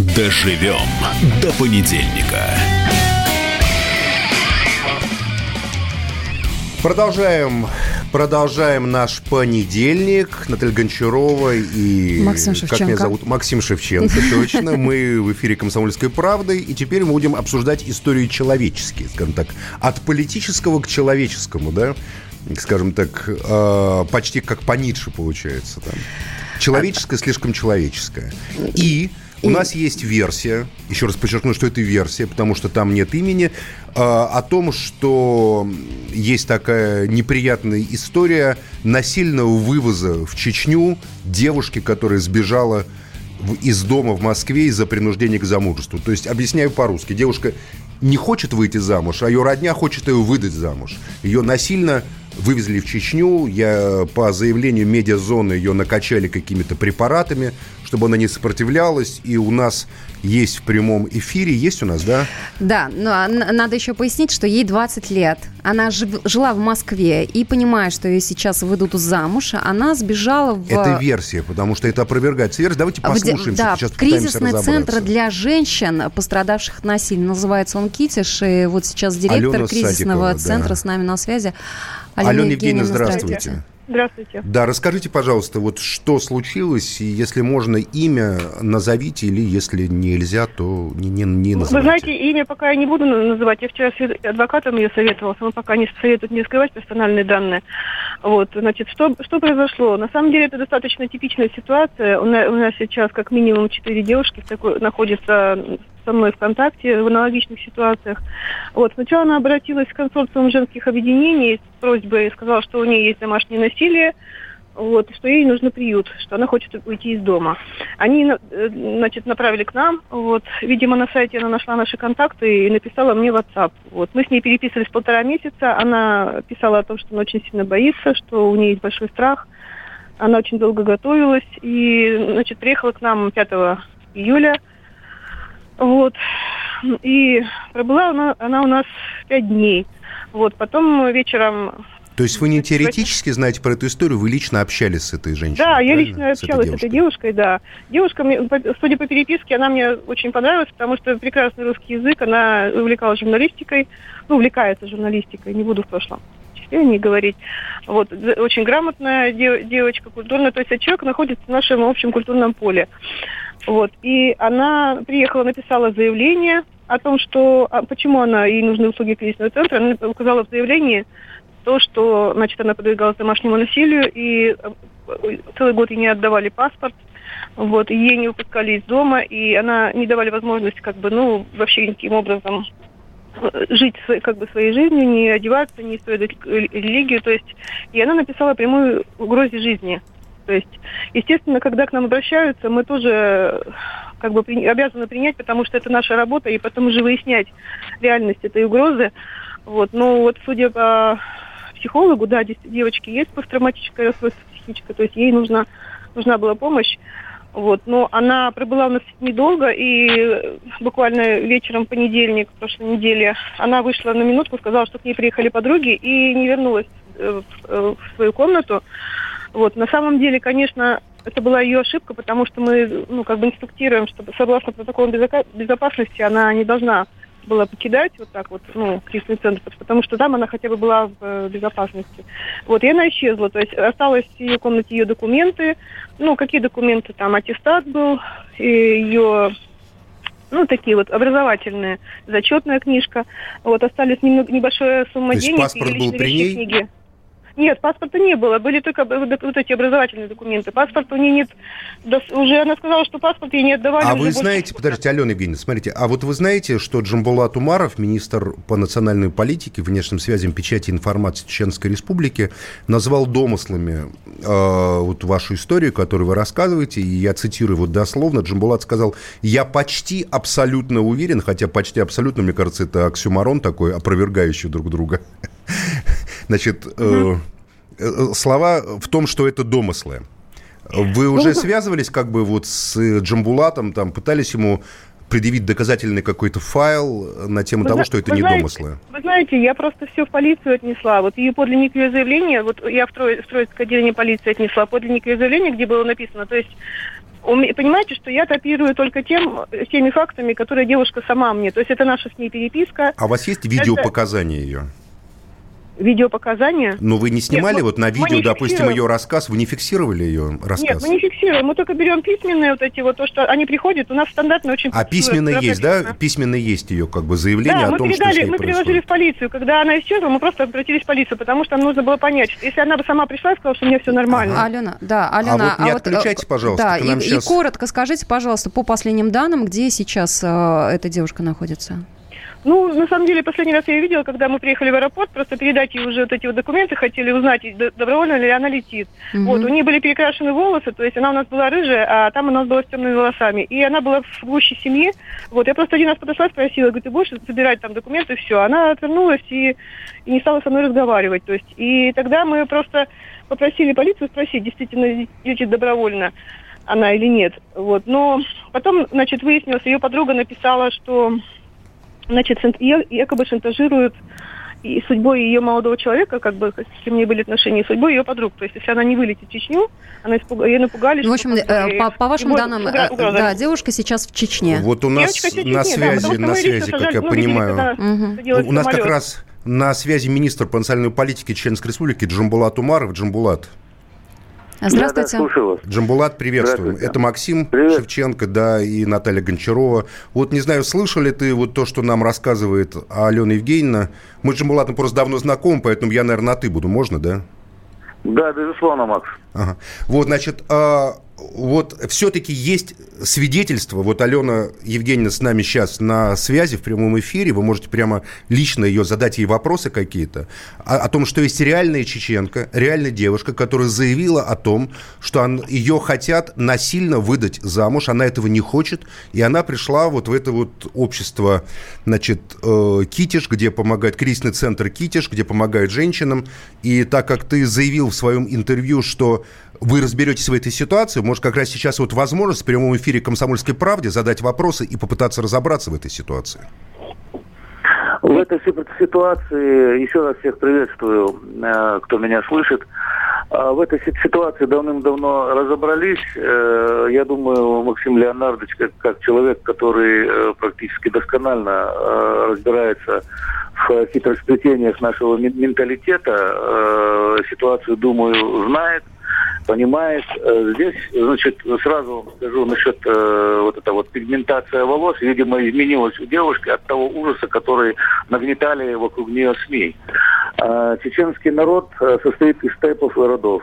Доживем до понедельника. Продолжаем наш понедельник. Наталья Гончарова и... Максим Шевченко. Как меня зовут? Максим Шевченко, точно. Мы в эфире «Комсомольской правды». И теперь мы будем обсуждать истории человеческие, скажем так. От политического к человеческому, да? Скажем так, почти как по Ницше получается. Там. Человеческое слишком человеческое. И... У нас есть версия, еще раз подчеркну, что это версия, потому что там нет имени, о том, что есть такая неприятная история насильного вывоза в Чечню девушки, которая сбежала из дома в Москве из-за принуждения к замужеству. То есть, объясняю по-русски, девушка не хочет выйти замуж, а ее родня хочет ее выдать замуж. Ее насильно вывезли в Чечню, по заявлению медиазоны ее накачали какими-то препаратами, чтобы она не сопротивлялась, и у нас есть в прямом эфире, есть у нас, да? Да, но надо еще пояснить, что ей 20 лет, она жила в Москве, и понимая, что ее сейчас выйдут замуж, она сбежала в... Это версия, потому что это опровергается версия. Давайте послушаем, сейчас в кризисный центр для женщин, пострадавших от насилия, называется он «Китиш», и вот сейчас директор Алена кризисного Садикова, центра да. с нами на связи. Алена Евгеньевна, здравствуйте. Здравствуйте. Да, расскажите, пожалуйста, вот что случилось, и если можно, имя назовите, или если нельзя, то не называйте. Вы знаете, имя пока я не буду называть. Я вчера с адвокатом ее советовалась, он пока не советует не скрывать персональные данные. Вот, значит, что произошло? На самом деле это достаточно типичная ситуация. У нас сейчас как минимум 4 девушки находятся со мной в контакте в аналогичных ситуациях. Вот, сначала она обратилась в консорциум женских объединений с просьбой, сказала, что у нее есть домашнее насилие, вот, что ей нужен приют, что она хочет уйти из дома. Они, значит, направили к нам, вот, видимо, на сайте она нашла наши контакты и написала мне в WhatsApp. Вот, мы с ней переписывались 1,5 месяца, она писала о том, что она очень сильно боится, что у нее есть большой страх, она очень долго готовилась и, значит, приехала к нам 5 июля, вот, и пробыла она у нас 5 дней. Вот, потом вечером... То есть вы не теоретически знаете про эту историю, вы лично общались с этой женщиной? Да, я лично общалась с этой девушкой, да. Девушка, судя по переписке, она мне очень понравилась, потому что прекрасный русский язык, она увлекалась журналистикой, увлекается журналистикой, не буду в прошлом числе не говорить. Вот, очень грамотная девочка, культурная, то есть человек находится в нашем общем культурном поле. Вот, и она приехала, написала заявление о том, что, почему ей нужны услуги кризисного центра, она указала в заявлении то, что, значит, она подвергалась домашнему насилию, и целый год ей не отдавали паспорт, вот, и ей не выпускали из дома, и она не давали возможность, вообще никаким образом жить, своей жизнью, не одеваться, не исповедовать религию, то есть, и она написала прямую угрозе жизни. То есть, естественно, когда к нам обращаются, мы тоже обязаны принять, потому что это наша работа, и потом уже выяснять реальность этой угрозы. Вот. Но вот судя по психологу, да, девочке есть посттравматическое расстройство психическое, то есть ей нужна была помощь. Вот. Но она пробыла у нас недолго, и буквально вечером в понедельник, прошлой неделе, она вышла на минутку, сказала, что к ней приехали подруги, и не вернулась в свою комнату. Вот. На самом деле, конечно, это была ее ошибка, потому что мы инструктируем, что согласно протоколу безопасности она не должна была покидать кризисный центр, потому что там она хотя бы была в безопасности. Вот, и она исчезла, то есть осталось в ее комнате ее документы, какие документы, там аттестат был, и ее, такие вот образовательные, зачетная книжка, вот, остались небольшая сумма денег. То есть паспорт был при ней? Книги. Нет, паспорта не было, были только вот эти образовательные документы. Паспорта у нее нет, уже она сказала, что паспорт ей не отдавали. А вы знаете, подождите, Алена Евгеньевна, смотрите, а вот вы знаете, что Джамбулат Умаров, министр по национальной политике, внешним связям, печати и информации Чеченской Республики, назвал домыслами вот вашу историю, которую вы рассказываете, и я цитирую вот дословно, Джамбулат сказал: «Я почти абсолютно уверен», хотя почти абсолютно, мне кажется, это оксюморон такой, опровергающий друг друга. Значит, слова в том, что это домыслы. Вы уже связывались с Джамбулатом, пытались ему предъявить доказательный какой-то файл на тему того, что это не домыслы? Вы знаете, я просто все в полицию отнесла. Вот ее подлинник ее заявления, вот я в Троицкое отделение полиции отнесла подлинник ее заявления, где было написано, то есть понимаете, что я топирую только теми фактами, которые девушка сама мне. То есть это наша с ней переписка. А у вас есть видеопоказания ее? Видеопоказания? Но вы не снимали на видео, допустим, ее рассказ? Вы не фиксировали ее рассказ? Нет, мы не фиксируем. Мы только берем письменные то, что они приходят. У нас стандартно очень... А письменные есть, да? Письменные есть ее заявление о том, что с ней происходит? Мы переложили в полицию. Когда она исчезла, мы просто обратились в полицию, потому что нам нужно было понять, что если она бы сама пришла и сказала, что у меня все нормально. Алена. А вот не отключайте, пожалуйста. Да, и коротко скажите, пожалуйста, по последним данным, где сейчас эта девушка находится? Ну, на самом деле, последний раз я ее видела, когда мы приехали в аэропорт, просто передать ей уже вот эти вот документы, хотели узнать, добровольно ли она летит. Угу. Вот, у нее были перекрашены волосы, то есть она у нас была рыжая, а там у нас была с темными волосами. И она была в гуще семьи. Вот, я просто один раз подошла, спросила, говорю, ты будешь собирать там документы, и все. Она отвернулась и не стала со мной разговаривать. То есть, и тогда мы просто попросили полицию спросить, действительно летит добровольно она или нет. Вот, но потом, значит, выяснилось, ее подруга написала, что... Значит, якобы шантажируют и судьбой ее молодого человека, как бы, с кем у нее были отношения, и судьбой ее подруг. То есть, если она не вылетит в Чечню, ее напугали. В общем, по вашим данным, да, девушка сейчас в Чечне. Вот у нас на связи, как я понимаю, у нас как раз на связи министр по национальной политике Чеченской Республики Джамбулат Умаров. Джамбулат. Здравствуйте. Да, Джамбулат, приветствуем. Это Максим Шевченко, да, и Наталья Гончарова. Вот, не знаю, слышал ли ты вот то, что нам рассказывает Алена Евгеньевна? Мы с Джамбулатом просто давно знакомы, поэтому я, наверное, на «ты» буду. Можно, да? Да, безусловно, Макс. Ага. Вот, значит, вот все-таки есть свидетельство. Вот Алена Евгеньевна с нами сейчас на связи в прямом эфире. Вы можете прямо лично ее задать ей вопросы какие-то. О том, что есть реальная чеченка, реальная девушка, которая заявила о том, что ее хотят насильно выдать замуж. Она этого не хочет. И она пришла вот в это вот общество, значит, Китиш, где помогает кризисный центр Китиш, где помогают женщинам. И так как ты заявил в своем интервью, что вы разберетесь в этой ситуации, может, как раз сейчас вот возможность в прямом эфире «Комсомольской правде» задать вопросы и попытаться разобраться в этой ситуации? В этой ситуации, еще раз всех приветствую, кто меня слышит. В этой ситуации давным-давно разобрались. Я думаю, Максим Леонардович, как человек, который практически досконально разбирается в хитросплетениях нашего менталитета, ситуацию, думаю, знает, понимает. Здесь, значит, сразу скажу насчет вот эта вот пигментация волос, видимо, изменилась у девушки от того ужаса, который нагнетали вокруг нее СМИ. Чеченский народ состоит из степов и родов.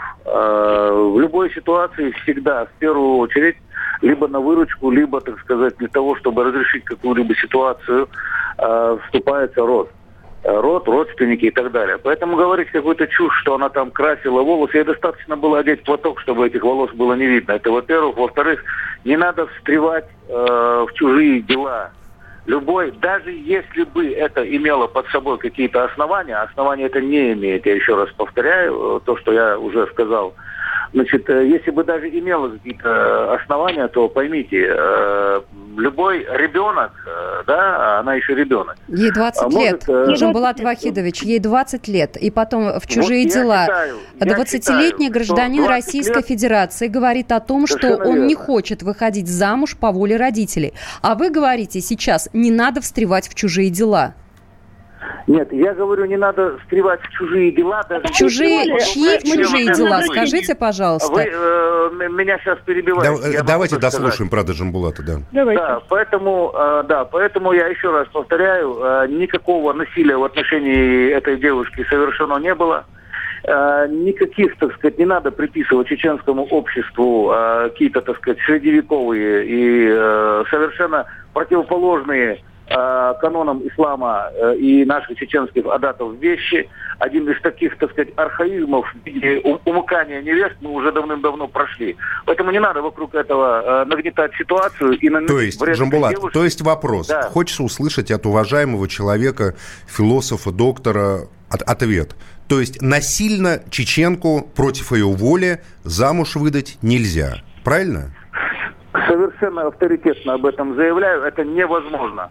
В любой ситуации всегда, в первую очередь, либо на выручку, либо, так сказать, для того, чтобы разрешить какую-либо ситуацию, вступается род. Род, родственники и так далее. Поэтому говорить какую-то чушь, что она там красила волосы, ей достаточно было одеть платок, чтобы этих волос было не видно. Это, во-первых. Во-вторых, не надо встревать в чужие дела. Любой, даже если бы это имело под собой какие-то основания, основания это не имеет, я еще раз повторяю, то, что я уже сказал. Значит, если бы даже имело какие-то основания, то поймите, любой ребенок, да, она еще ребенок. Ей 20 лет, Джамбулат Вахидович, ей 20 лет. И потом в чужие дела. 20-летний гражданин Российской Федерации говорит о том, что он не хочет выходить замуж по воле родителей. А вы говорите сейчас, не надо встревать в чужие дела. Нет, я говорю, не надо встревать в чужие дела. Даже чьи чужие дела? Скажите, пожалуйста. Вы меня сейчас перебиваете. Давайте дослушаем, правда, Джамбулата, да. Да, поэтому я еще раз повторяю, никакого насилия в отношении этой девушки совершено не было. Никаких, так сказать, не надо приписывать чеченскому обществу какие-то, так сказать, средневековые и совершенно противоположные канонам ислама и наших чеченских адатов вещи. Один из таких, так сказать, архаизмов в виде умыкания невест мы уже давным-давно прошли. Поэтому не надо вокруг этого нагнетать ситуацию и наносить. То есть, Джамбулат, то есть вопрос. Да. Хочется услышать от уважаемого человека, философа, доктора, ответ. То есть насильно чеченку против ее воли замуж выдать нельзя. Правильно? совершенно авторитетно об этом заявляю, это невозможно.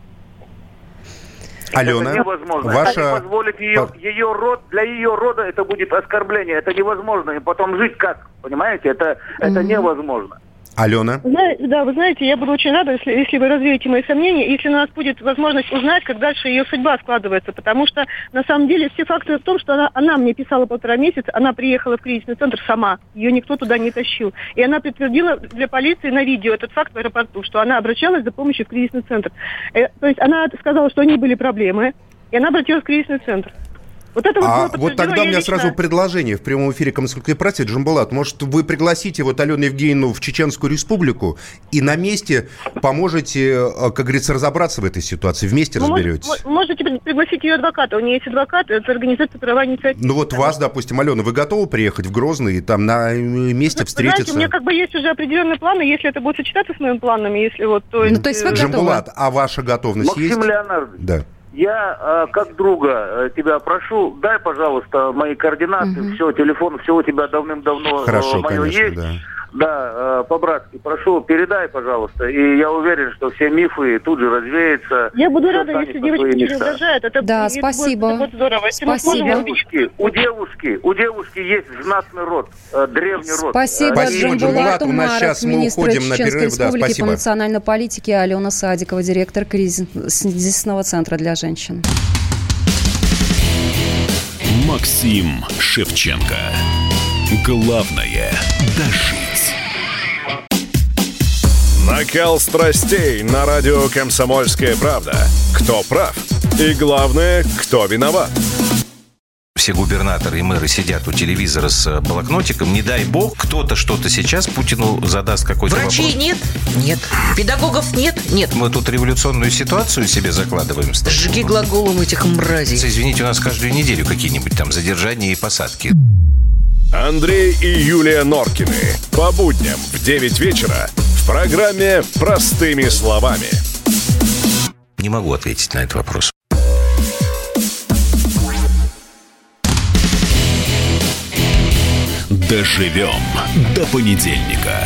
Алена, это невозможно. ваша... Это позволить ее род, для ее рода это будет оскорбление. Это невозможно. И потом жить как? Понимаете? Это невозможно. Алена? Да, вы знаете, я буду очень рада, если вы развеете мои сомнения, если у нас будет возможность узнать, как дальше ее судьба складывается, потому что, на самом деле, все факты в том, что она мне писала 1,5 месяца, она приехала в кризисный центр сама, ее никто туда не тащил. И она подтвердила для полиции на видео этот факт в аэропорту, что она обращалась за помощью в кризисный центр. То есть она сказала, что у них были проблемы, и она обратилась в кризисный центр. Вот тогда у меня сразу предложение в прямом эфире «Комсомольской правды». Джамбулат, может, вы пригласите Алену Евгеньевну в Чеченскую Республику и на месте поможете, как говорится, разобраться в этой ситуации, вместе разберетесь? Можете пригласить ее адвоката. У нее есть адвокат, это организация «Правовая инициатива». Ну вот вас, допустим, Алена, вы готовы приехать в Грозный и там на месте встретиться? Знаете, у меня есть уже определенные планы, если это будет сочетаться с моими планами, если вот... То есть вы готовы? Джамбулат, а ваша готовность есть? Максим Леонардович. Да. Я, как друга, тебя прошу, дай, пожалуйста, мои координаты, все, телефон, все у тебя давным-давно мое есть. Да. Да, по-братски, прошу, передай, пожалуйста. И я уверен, что все мифы тут же развеются. Я буду рада, если девочки не угрожают. Да, спасибо. Это будет здорово. Спасибо. У девушки есть знатный род, древний род. Спасибо, Джамбулат Умаров, министр Чеченской Республики спасибо. по национальной политике, Алена Садикова, директор кризисного центра для женщин. Максим Шевченко. Главное – дожить. Накал страстей на радио «Комсомольская правда». Кто прав? И главное, кто виноват? Все губернаторы и мэры сидят у телевизора с блокнотиком. Не дай бог, кто-то что-то сейчас Путину задаст какой-то вопрос. Врачей нет? Нет. Педагогов нет? Нет. Мы тут революционную ситуацию себе закладываем. Жги глаголом этих мразей. Извините, у нас каждую неделю какие-нибудь там задержания и посадки. Андрей и Юлия Норкины. По будням в 9 вечера в программе «Простыми словами». Не могу ответить на этот вопрос. Доживем до понедельника.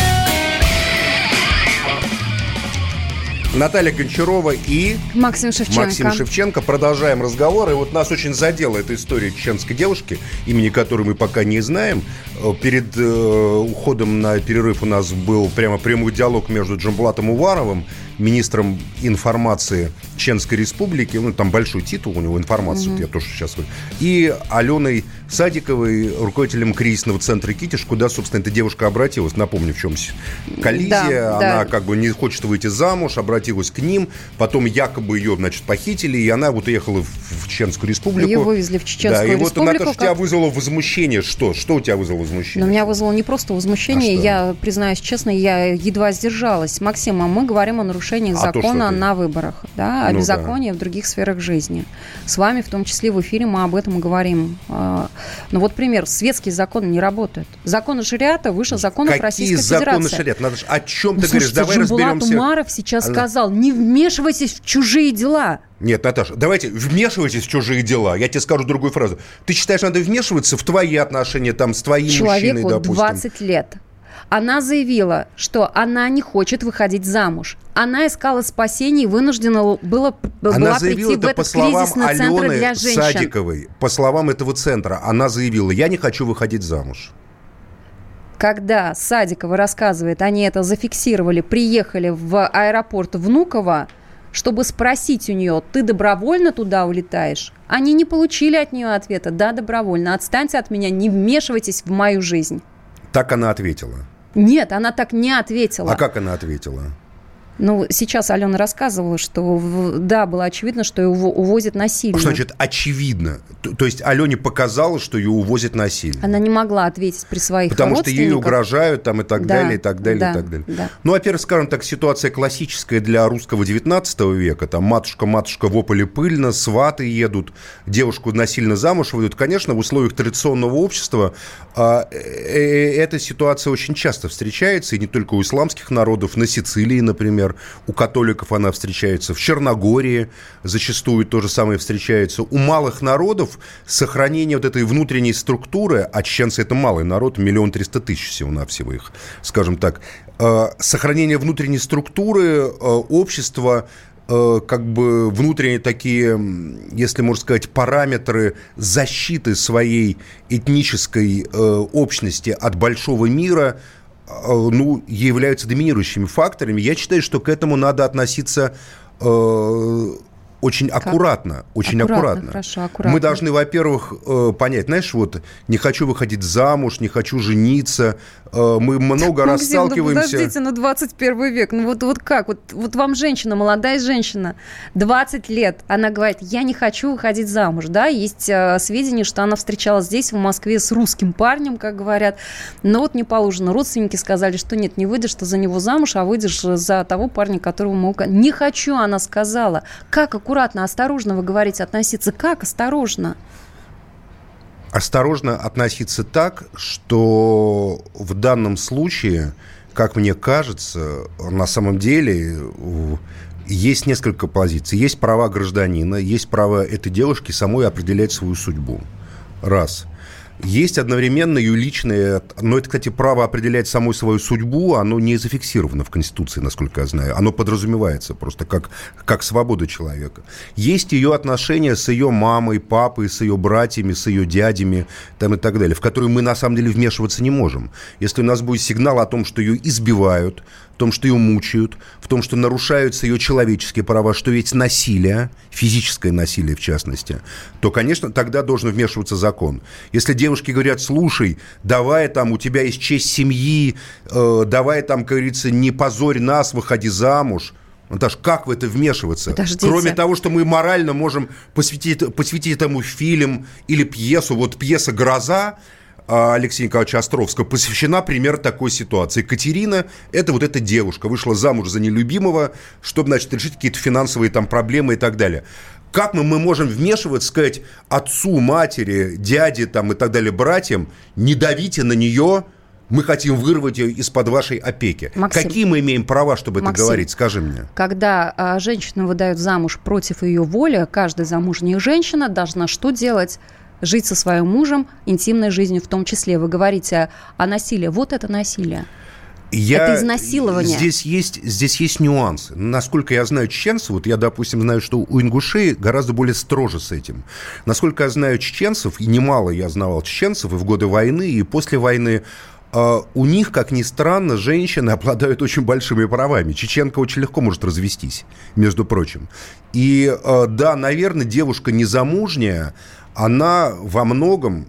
Наталья Гончарова и Максим Шевченко. Продолжаем разговор. И вот нас очень задела эта история чеченской девушки, имени которой мы пока не знаем. Перед уходом на перерыв у нас был прямо прямой диалог между Джамбулатом Уваровым, министром информации Чеченской Республики, ну, там большой титул у него, информацию, я тоже сейчас говорю, и Аленой Садиковой, руководителем кризисного центра «Китиш», куда, собственно, эта девушка обратилась. Напомню, в чем коллизия. Она как бы не хочет выйти замуж, обратилась к ним, потом якобы ее, значит, похитили, и она вот уехала в Чеченскую Республику. Ее вывезли в Чеченскую Республику. И вот, Наташа, тебя вызвало возмущение. Что у тебя вызвало возмущение? Но меня вызвало не просто возмущение, я, признаюсь честно, я едва сдержалась. Максим, мы говорим о нарушениях закона на выборах, да, о беззаконии в других сферах жизни. С вами, в том числе в эфире, мы об этом говорим. Ну вот пример. Светские законы не работают. Законы шариата выше законов Российской Федерации. Какие законы шариата? Надо же, о чем ты говоришь? Давай разберемся. Джамбулат Умаров сейчас сказал, не вмешивайтесь в чужие дела. Нет, Наташа, давайте вмешивайтесь в чужие дела. Я тебе скажу другую фразу. Ты считаешь, надо вмешиваться в твои отношения там с твоим мужчиной, допустим? Человеку 20 лет. Она заявила, что она не хочет выходить замуж. Она искала спасение и вынуждена была прийти в этот кризисный центр для женщин. Садиковой, по словам этого центра, она заявила, я не хочу выходить замуж. Когда Садикова рассказывает, они это зафиксировали, приехали в аэропорт Внуково, чтобы спросить у нее, ты добровольно туда улетаешь? Они не получили от нее ответа, да, добровольно. Отстаньте от меня, не вмешивайтесь в мою жизнь. Так она ответила? Нет, она так не ответила. А как она ответила? Ну, сейчас Алена рассказывала, что, да, было очевидно, что его увозят насильно. Что значит очевидно? То есть Алене показалось, что ее увозят насильно? Она не могла ответить при своих Потому родственниках. что ей угрожают там, и так далее, и так далее, и так далее. Да. Ну, во-первых, скажем так, ситуация классическая для русского 19 века. Там матушка, в ополе пыльно, сваты едут, девушку насильно замуж выдают. Конечно, в условиях традиционного общества эта ситуация очень часто встречается, и не только у исламских народов, на Сицилии, например. например. У католиков она встречается. В Черногории зачастую то же самое встречается. У малых народов сохранение вот этой внутренней структуры, а чеченцы – это малый народ, 1 300 000 всего-навсего их, скажем так, сохранение внутренней структуры общества, как бы внутренние такие, если можно сказать, параметры защиты своей этнической общности от большого мира, являются доминирующими факторами. Я считаю, что к этому надо относиться очень аккуратно. Очень аккуратно. Хорошо, аккуратно. Мы должны, во-первых, понять, знаешь, вот не хочу выходить замуж, не хочу жениться. Мы много раз сталкиваемся... Подождите, 21 век. Вот как? Вот вам женщина, молодая женщина, 20 лет, она говорит, я не хочу выходить замуж. Да, есть сведения, что она встречалась здесь, в Москве, с русским парнем, как говорят. Но вот не положено. Родственники сказали, что нет, не выйдешь ты за него замуж, а выйдешь за того парня, которого мы... Не хочу, она сказала. Как аккуратно, осторожно, вы говорите, относиться? Как осторожно? Осторожно относиться так, что в данном случае, как мне кажется, на самом деле есть несколько позиций. Есть права гражданина, есть право этой девушки самой определять свою судьбу. Раз. Есть одновременно ее личное... Но это, кстати, право определять самой свою судьбу, оно не зафиксировано в Конституции, насколько я знаю. Оно подразумевается просто как свобода человека. Есть ее отношения с ее мамой, папой, с ее братьями, с ее дядями там, и так далее, в которые мы, на самом деле, вмешиваться не можем. Если у нас будет сигнал о том, что ее избивают, в том, что ее мучают, в том, что нарушаются ее человеческие права, что ведь насилие, физическое насилие в частности, то, конечно, тогда должен вмешиваться закон. Если девушки говорят, слушай, давай там, у тебя есть честь семьи, давай там, как говорится, не позорь нас, выходи замуж. Наташ, как в это вмешиваться? Подождите. Кроме того, что мы морально можем посвятить этому фильм или пьесу. Вот пьеса «Гроза» Алексея Николаевича Островского посвящена примеру такой ситуации. Катерина, это вот эта девушка, вышла замуж за нелюбимого, чтобы, значит, решить какие-то финансовые там проблемы и так далее. Как мы можем вмешиваться, сказать отцу, матери, дяде там, и так далее, братьям, не давите на нее, мы хотим вырвать ее из-под вашей опеки. Максим, какие мы имеем права, чтобы это говорить? Скажи мне. Когда женщину выдают замуж против ее воли, каждая замужняя женщина должна что делать? Жить со своим мужем, интимной жизнью в том числе. Вы говорите о насилии. Вот это насилие. Это изнасилование. Здесь есть нюансы. Насколько я знаю чеченцев, вот я, допустим, знаю, что у ингушей гораздо более строже с этим. Насколько я знаю чеченцев, и немало я знавал чеченцев и в годы войны, и после войны, у них, как ни странно, женщины обладают очень большими правами. Чеченка очень легко может развестись, между прочим. И да, наверное, девушка незамужняя, она во многом,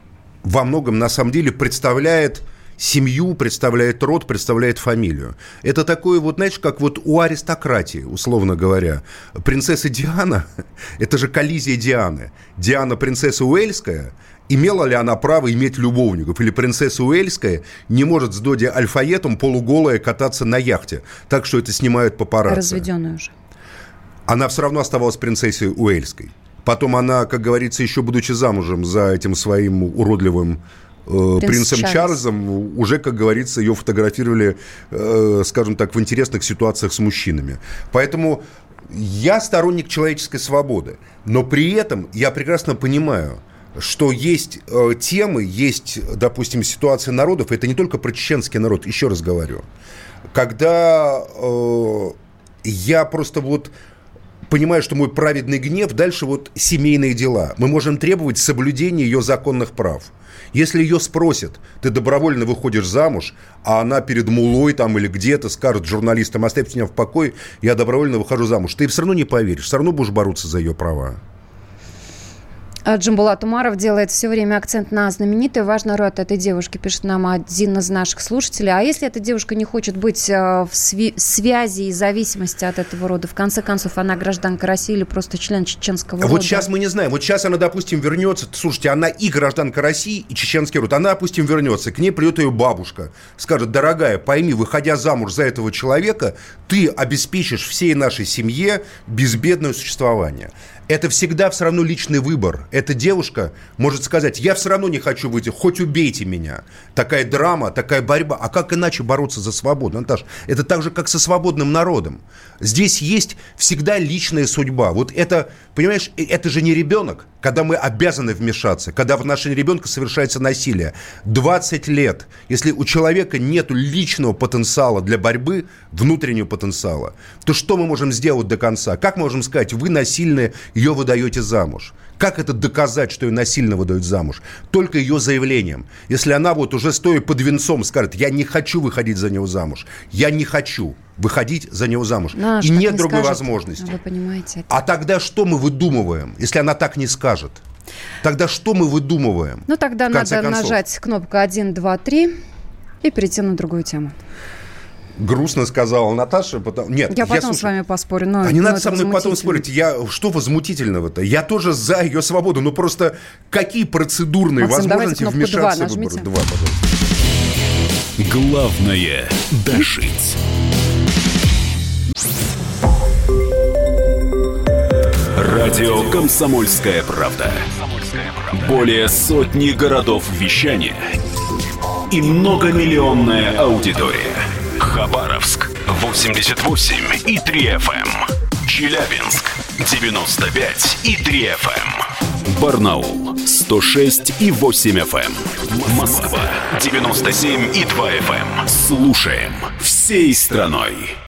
на самом деле, представляет семью, представляет род, представляет фамилию. Это такое, вот, знаете, как вот у аристократии, условно говоря. Принцесса Диана, это же коллизия Дианы. Диана, принцесса Уэльская, имела ли она право иметь любовников? Или принцесса Уэльская не может с Доди Альфаетом полуголая кататься на яхте, так что это снимают папарацци. Разведенная уже. Она все равно оставалась принцессой Уэльской. Потом она, как говорится, еще будучи замужем за этим своим уродливым принцем Чарльзом, уже, как говорится, ее фотографировали, скажем так, в интересных ситуациях с мужчинами. Поэтому я сторонник человеческой свободы. Но при этом я прекрасно понимаю, что есть темы, есть, допустим, ситуации народов. Это не только про чеченский народ, еще раз говорю. Когда я просто вот понимаю, что мой праведный гнев, дальше вот семейные дела. Мы можем требовать соблюдения ее законных прав. Если ее спросят, ты добровольно выходишь замуж, а она перед мулой там или где-то скажет журналистам, оставьте меня в покое, я добровольно выхожу замуж, ты все равно не поверишь, все равно будешь бороться за ее права. Джамбулат Умаров делает все время акцент на знаменитый важный род этой девушки, пишет нам один из наших слушателей. А если эта девушка не хочет быть в связи и зависимости от этого рода, в конце концов, она гражданка России или просто член чеченского рода? Вот сейчас мы не знаем. Вот сейчас она, допустим, вернется. Слушайте, она и гражданка России, и чеченский род. Она, допустим, вернется. К ней придет ее бабушка. Скажет, дорогая, пойми, выходя замуж за этого человека, ты обеспечишь всей нашей семье безбедное существование. Это всегда все равно личный выбор. эта девушка может сказать: я все равно не хочу выйти, хоть убейте меня. Такая драма, такая борьба. А как иначе бороться за свободу, Наташа? Это так же, как со свободным народом. Здесь есть всегда личная судьба. Вот это, понимаешь, это же не ребенок, когда мы обязаны вмешаться, когда в отношении ребенка совершается насилие. 20 лет. Если у человека нет личного потенциала для борьбы, внутреннего потенциала, то что мы можем сделать до конца? Как мы можем сказать: вы насильно ее выдаете замуж? Как это доказать, что ее насильно выдают замуж? Только ее заявлением. Если она вот уже стоя под венцом скажет: я не хочу выходить за него замуж, я не хочу выходить за него замуж, но и нет другой возможности. Вы понимаете это. А тогда что мы выдумываем, если она так не скажет? Тогда что мы выдумываем? Ну, тогда надо нажать кнопку 1, 2, 3 и перейти на другую тему. Грустно сказала Наташа. Нет, я потом с вами поспорю. Но, не надо со мной потом спорить. Что возмутительного-то? Я тоже за ее свободу. Но просто какие процедурные возможности вмешаться в выборы? 2, пожалуйста. Главное – дожить. Радио «Комсомольская правда». Более сотни городов вещания и многомиллионная аудитория. Хабаровск 88,3 FM. Челябинск 95,3 FM. Барнаул 106,8 FM. Москва 97,2 FM. Слушаем всей страной.